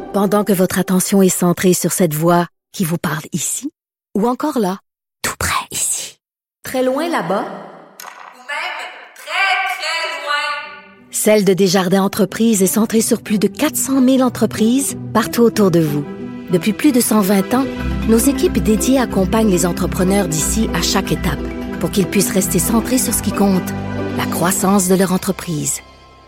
Pendant que votre attention est centrée sur cette voix qui vous parle ici, ou encore là, tout près ici, très loin là-bas, ou même très, très loin. Celle de Desjardins Entreprises est centrée sur plus de 400 000 entreprises partout autour de vous. Depuis plus de 120 ans, nos équipes dédiées accompagnent les entrepreneurs d'ici à chaque étape pour qu'ils puissent rester centrés sur ce qui compte, la croissance de leur entreprise.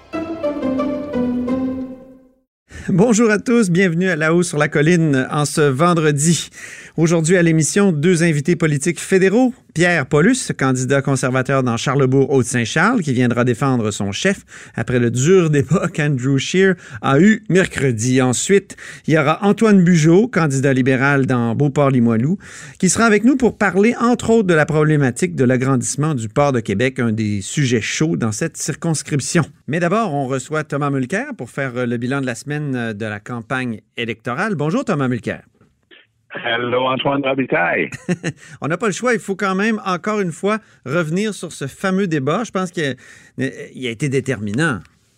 Bonjour à tous, bienvenue à La Haut sur la colline en ce vendredi. Aujourd'hui à l'émission, 2 invités politiques fédéraux. Pierre Paulus, candidat conservateur dans Charlesbourg-Haute-Saint-Charles, qui viendra défendre son chef après le dur débat qu'Andrew Scheer a eu mercredi. Ensuite, il y aura Antoine Bugeaud, candidat libéral dans Beauport-Limoilou, qui sera avec nous pour parler, entre autres, de la problématique de l'agrandissement du port de Québec, un des sujets chauds dans cette circonscription. Mais d'abord, on reçoit Thomas Mulcair pour faire le bilan de la semaine de la campagne électorale. Bonjour Thomas Mulcair. Hello, Antoine Robitaille. On n'a pas le choix. Il faut quand même, encore une fois, revenir sur ce fameux débat. Je pense qu'il a été déterminant.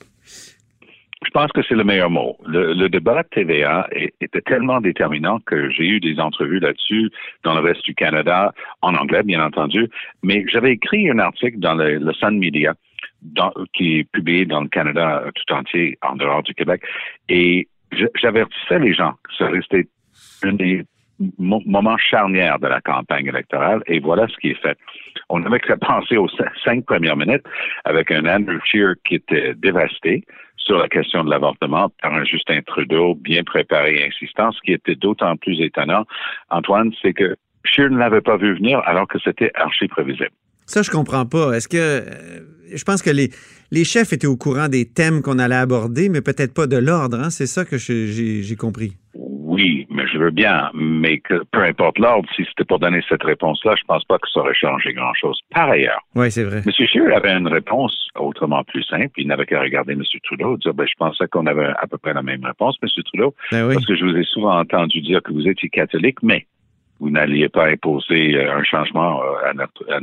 Je pense que c'est le meilleur mot. Le débat de TVA était tellement déterminant que j'ai eu des entrevues là-dessus dans le reste du Canada, en anglais, bien entendu. Mais j'avais écrit un article dans le Sun Media, qui est publié dans le Canada tout entier, en dehors du Québec. Et j'avertissais les gens que ça restait un des moment charnière de la campagne électorale, et voilà ce qui est fait. On avait pensé aux 5 premières minutes avec un Andrew Scheer qui était dévasté sur la question de l'avortement par un Justin Trudeau bien préparé et insistant. Ce qui était d'autant plus étonnant, Antoine, c'est que Scheer ne l'avait pas vu venir alors que c'était archi prévisible. Ça, je comprends pas. Est-ce que... je pense que les chefs étaient au courant des thèmes qu'on allait aborder, mais peut-être pas de l'ordre, hein? C'est ça que j'ai compris. Oui, mais je veux bien, mais que peu importe l'ordre, si c'était pour donner cette réponse-là, je pense pas que ça aurait changé grand-chose. Par ailleurs, oui, c'est vrai. M. Scheer avait une réponse autrement plus simple. Il n'avait qu'à regarder M. Trudeau et dire, je pensais qu'on avait à peu près la même réponse, M. Trudeau, oui. Parce que je vous ai souvent entendu dire que vous étiez catholique, mais vous n'alliez pas imposer un changement à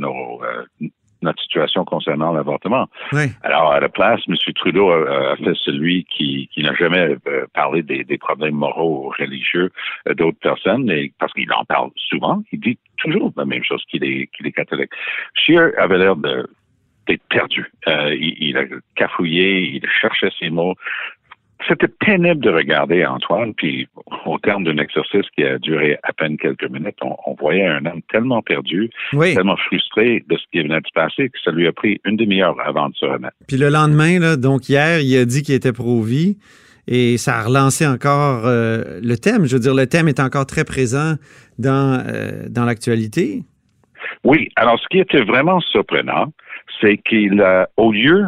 notre situation concernant l'avortement. Oui. Alors, à la place, M. Trudeau a fait celui qui n'a jamais parlé des problèmes moraux ou religieux d'autres personnes, et parce qu'il en parle souvent, il dit toujours la même chose qu'il est catholique. Scheer avait l'air d'être perdu. Il a cafouillé, il cherchait ses mots. C'était pénible de regarder Antoine, puis au terme d'un exercice qui a duré à peine quelques minutes, on voyait un homme tellement perdu, oui. Tellement frustré de ce qui venait de se passer que ça lui a pris une demi-heure avant de se remettre. Puis le lendemain, là, donc hier, il a dit qu'il était pro-vie et ça a relancé encore le thème. Je veux dire, le thème est encore très présent dans l'actualité. Oui, alors ce qui était vraiment surprenant, c'est qu'il a, au lieu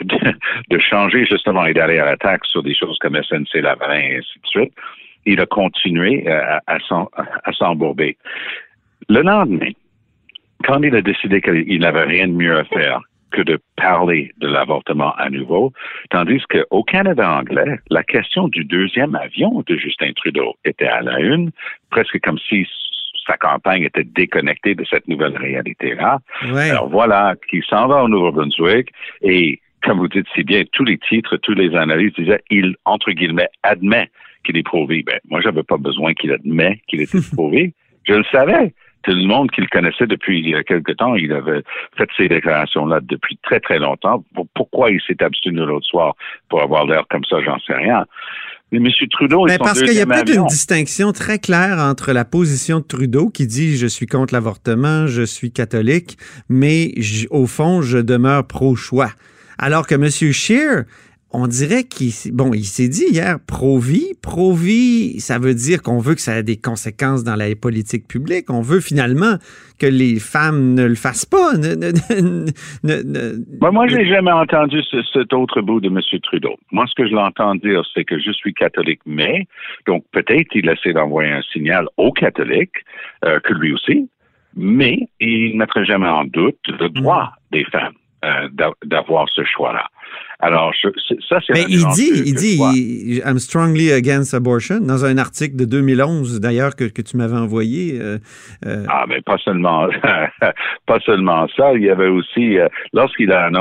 de changer justement et d'aller à l'attaque sur des choses comme SNC-Lavalin et ainsi de suite, il a continué à s'embourber. Le lendemain, quand il a décidé qu'il n'avait rien de mieux à faire que de parler de l'avortement à nouveau, tandis qu'au Canada anglais, la question du 2e avion de Justin Trudeau était à la une, presque comme si sa campagne était déconnectée de cette nouvelle réalité-là. Ouais. Alors voilà, qu'il s'en va au Nouveau-Brunswick et, comme vous dites si bien, tous les titres, toutes les analyses disaient, il, entre guillemets, admet qu'il est pro-vie. Moi, j'avais pas besoin qu'il admet qu'il était pro-vie. Je le savais. Tout le monde qui le connaissait depuis quelque temps, il avait fait ces déclarations-là depuis très, très longtemps. Pourquoi il s'est abstenu l'autre soir pour avoir l'air comme ça, j'en sais rien. Mais M. Trudeau... Mais parce qu'il y a peut-être une distinction très claire entre la position de Trudeau qui dit « je suis contre l'avortement, je suis catholique, mais au fond, je demeure pro-choix ». Alors que M. Scheer, on dirait il s'est dit hier pro-vie. Pro-vie, ça veut dire qu'on veut que ça ait des conséquences dans la politique publique. On veut finalement que les femmes ne le fassent pas. Moi, je n'ai jamais entendu cet autre bout de M. Trudeau. Moi, ce que je l'entends dire, c'est que je suis catholique, mais, donc peut-être il essaie d'envoyer un signal aux catholiques, que lui aussi, mais il ne mettrait jamais en doute le droit des femmes d'avoir ce choix-là. Alors, ça, c'est... Mais il dit, I'm strongly against abortion, dans un article de 2011, d'ailleurs, que tu m'avais envoyé. Ah, mais pas seulement ça. Il y avait aussi, lorsque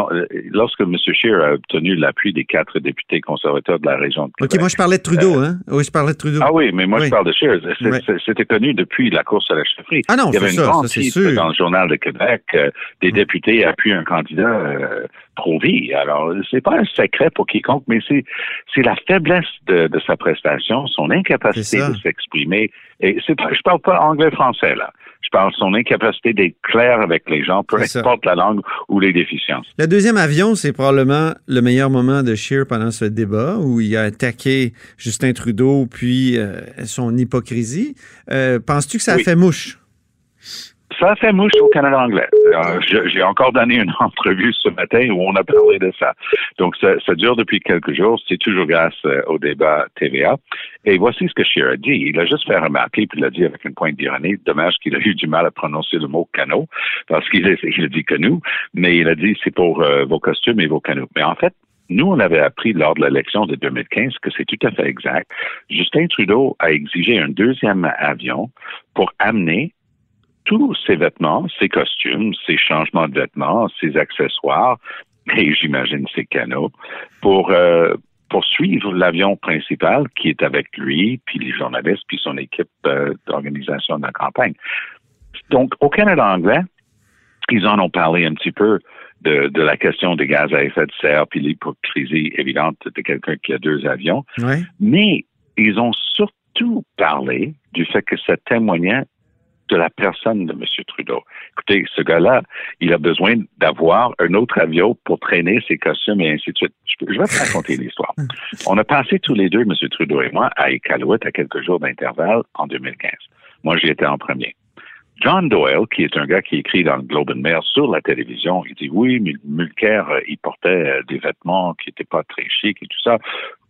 M. Scheer a obtenu l'appui des 4 députés conservateurs de la région de Québec. OK, moi, je parlais de Trudeau, hein? Oui, je parlais de Trudeau. Ah oui, mais moi, je parle de Scheer. C'était connu depuis la course à la chefferie. Ah non, il y avait c'est une grande c'est titre sûr. dans le Journal de Québec. Des députés appuient un candidat pro-vie. Alors, c'est pas un secret pour quiconque, mais c'est la faiblesse de sa prestation, son incapacité de s'exprimer. Et je parle pas anglais-français, là. Je parle de son incapacité d'être clair avec les gens, peu importe la langue ou les déficiences. Le deuxième avion, c'est probablement le meilleur moment de Scheer pendant ce débat où il a attaqué Justin Trudeau puis son hypocrisie. Penses-tu que ça a fait mouche? Ça a fait mouche au Canada anglais. J'ai encore donné une entrevue ce matin où on a parlé de ça. Donc, ça dure depuis quelques jours. C'est toujours grâce au débat TVA. Et voici ce que Scheer a dit. Il a juste fait remarquer, puis il l'a dit avec une pointe d'ironie. Dommage qu'il a eu du mal à prononcer le mot canot, parce qu'il a dit que nous, mais il a dit c'est pour vos costumes et vos canots. Mais en fait, nous, on avait appris lors de l'élection de 2015 que c'est tout à fait exact. Justin Trudeau a exigé un deuxième avion pour amener tous ses vêtements, ses costumes, ses changements de vêtements, ses accessoires, et j'imagine ses canots, pour suivre l'avion principal qui est avec lui, puis les journalistes, puis son équipe d'organisation de la campagne. Donc, au Canada anglais, ils en ont parlé un petit peu de la question des gaz à effet de serre, puis l'hypocrisie évidente de quelqu'un qui a 2 avions. Ouais. Mais ils ont surtout parlé du fait que ça témoignait de la personne de M. Trudeau. Écoutez, ce gars-là, il a besoin d'avoir un autre avion pour traîner ses costumes et ainsi de suite. Je vais te raconter l'histoire. On a passé tous les deux, M. Trudeau et moi, à Iqaluit à quelques jours d'intervalle en 2015. Moi, j'y étais en premier. John Doyle, qui est un gars qui écrit dans le Globe and Mail sur la télévision, il dit oui, mais Mulcair, il portait des vêtements qui n'étaient pas très chics et tout ça.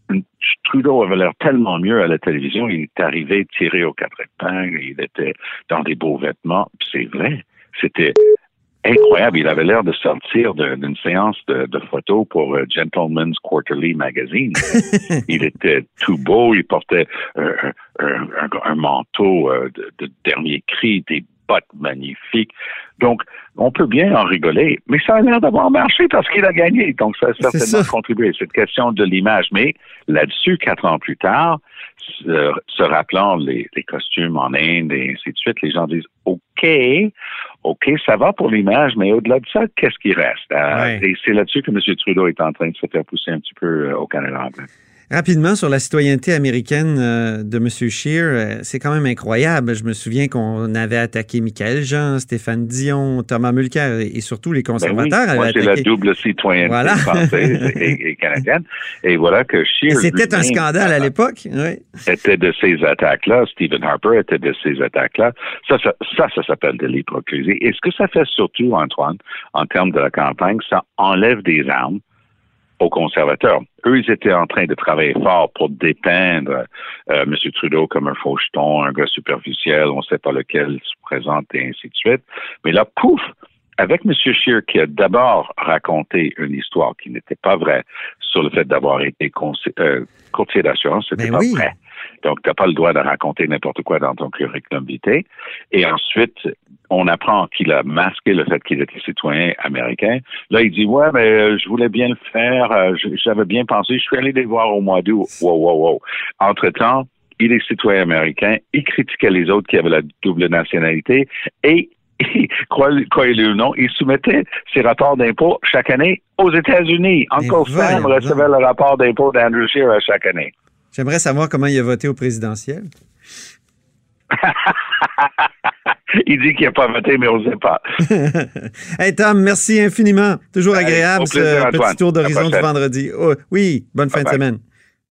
Trudeau avait l'air tellement mieux à la télévision, il est arrivé tiré aux 4 épingles, il était dans des beaux vêtements. Puis c'est vrai, c'était incroyable. Il avait l'air de sortir d'une séance de photos pour Gentleman's Quarterly Magazine. Il était tout beau, il portait un manteau de dernier cri, des bottes magnifiques. Donc, on peut bien en rigoler, mais ça a l'air d'avoir marché parce qu'il a gagné. Donc, ça a certainement contribué. C'est une question de l'image. Mais là-dessus, 4 ans plus tard, se rappelant les costumes en Inde et ainsi de suite, les gens disent OK, ça va pour l'image, mais au-delà de ça, qu'est-ce qui reste? Et c'est là-dessus que M. Trudeau est en train de se faire pousser un petit peu au Canada anglais. Rapidement, sur la citoyenneté américaine de M. Scheer, c'est quand même incroyable. Je me souviens qu'on avait attaqué Michaël Jean, Stéphane Dion, Thomas Mulcair et surtout les conservateurs avaient attaqué. Moi, c'est la double citoyenneté française et canadienne. Et voilà que Scheer... C'était un scandale à l'époque. Oui. Était de ces attaques-là. Stephen Harper était de ces attaques-là. Ça s'appelle de l'hypocrisie. Et ce que ça fait surtout, Antoine, en termes de la campagne, ça enlève des armes aux conservateurs. Eux, ils étaient en train de travailler fort pour dépeindre M. Trudeau comme un faucheton, un gars superficiel, on ne sait pas lequel se présente et ainsi de suite. Mais là, pouf, avec M. Scheer qui a d'abord raconté une histoire qui n'était pas vraie sur le fait d'avoir été courtier d'assurance, c'était pas vrai. Donc, tu n'as pas le droit de raconter n'importe quoi dans ton curriculum vitae. Et ensuite, on apprend qu'il a masqué le fait qu'il était citoyen américain. Là, il dit, ouais, mais je voulais bien le faire, j'avais bien pensé, je suis allé les voir au mois d'août. Wow. Entre-temps, il est citoyen américain, il critiquait les autres qui avaient la double nationalité et croyez-le ou non, il soumettait ses rapports d'impôts chaque année aux États-Unis. Uncle Sam recevait le rapport d'impôts d'Andrew Scheer à chaque année. J'aimerais savoir comment il a voté au présidentiel. Il dit qu'il n'a pas voté, mais on ne sait pas. Hey Tom, merci infiniment. Toujours agréable plaisir, ce petit tour d'horizon du vendredi. Oh, oui, bonne fin de semaine.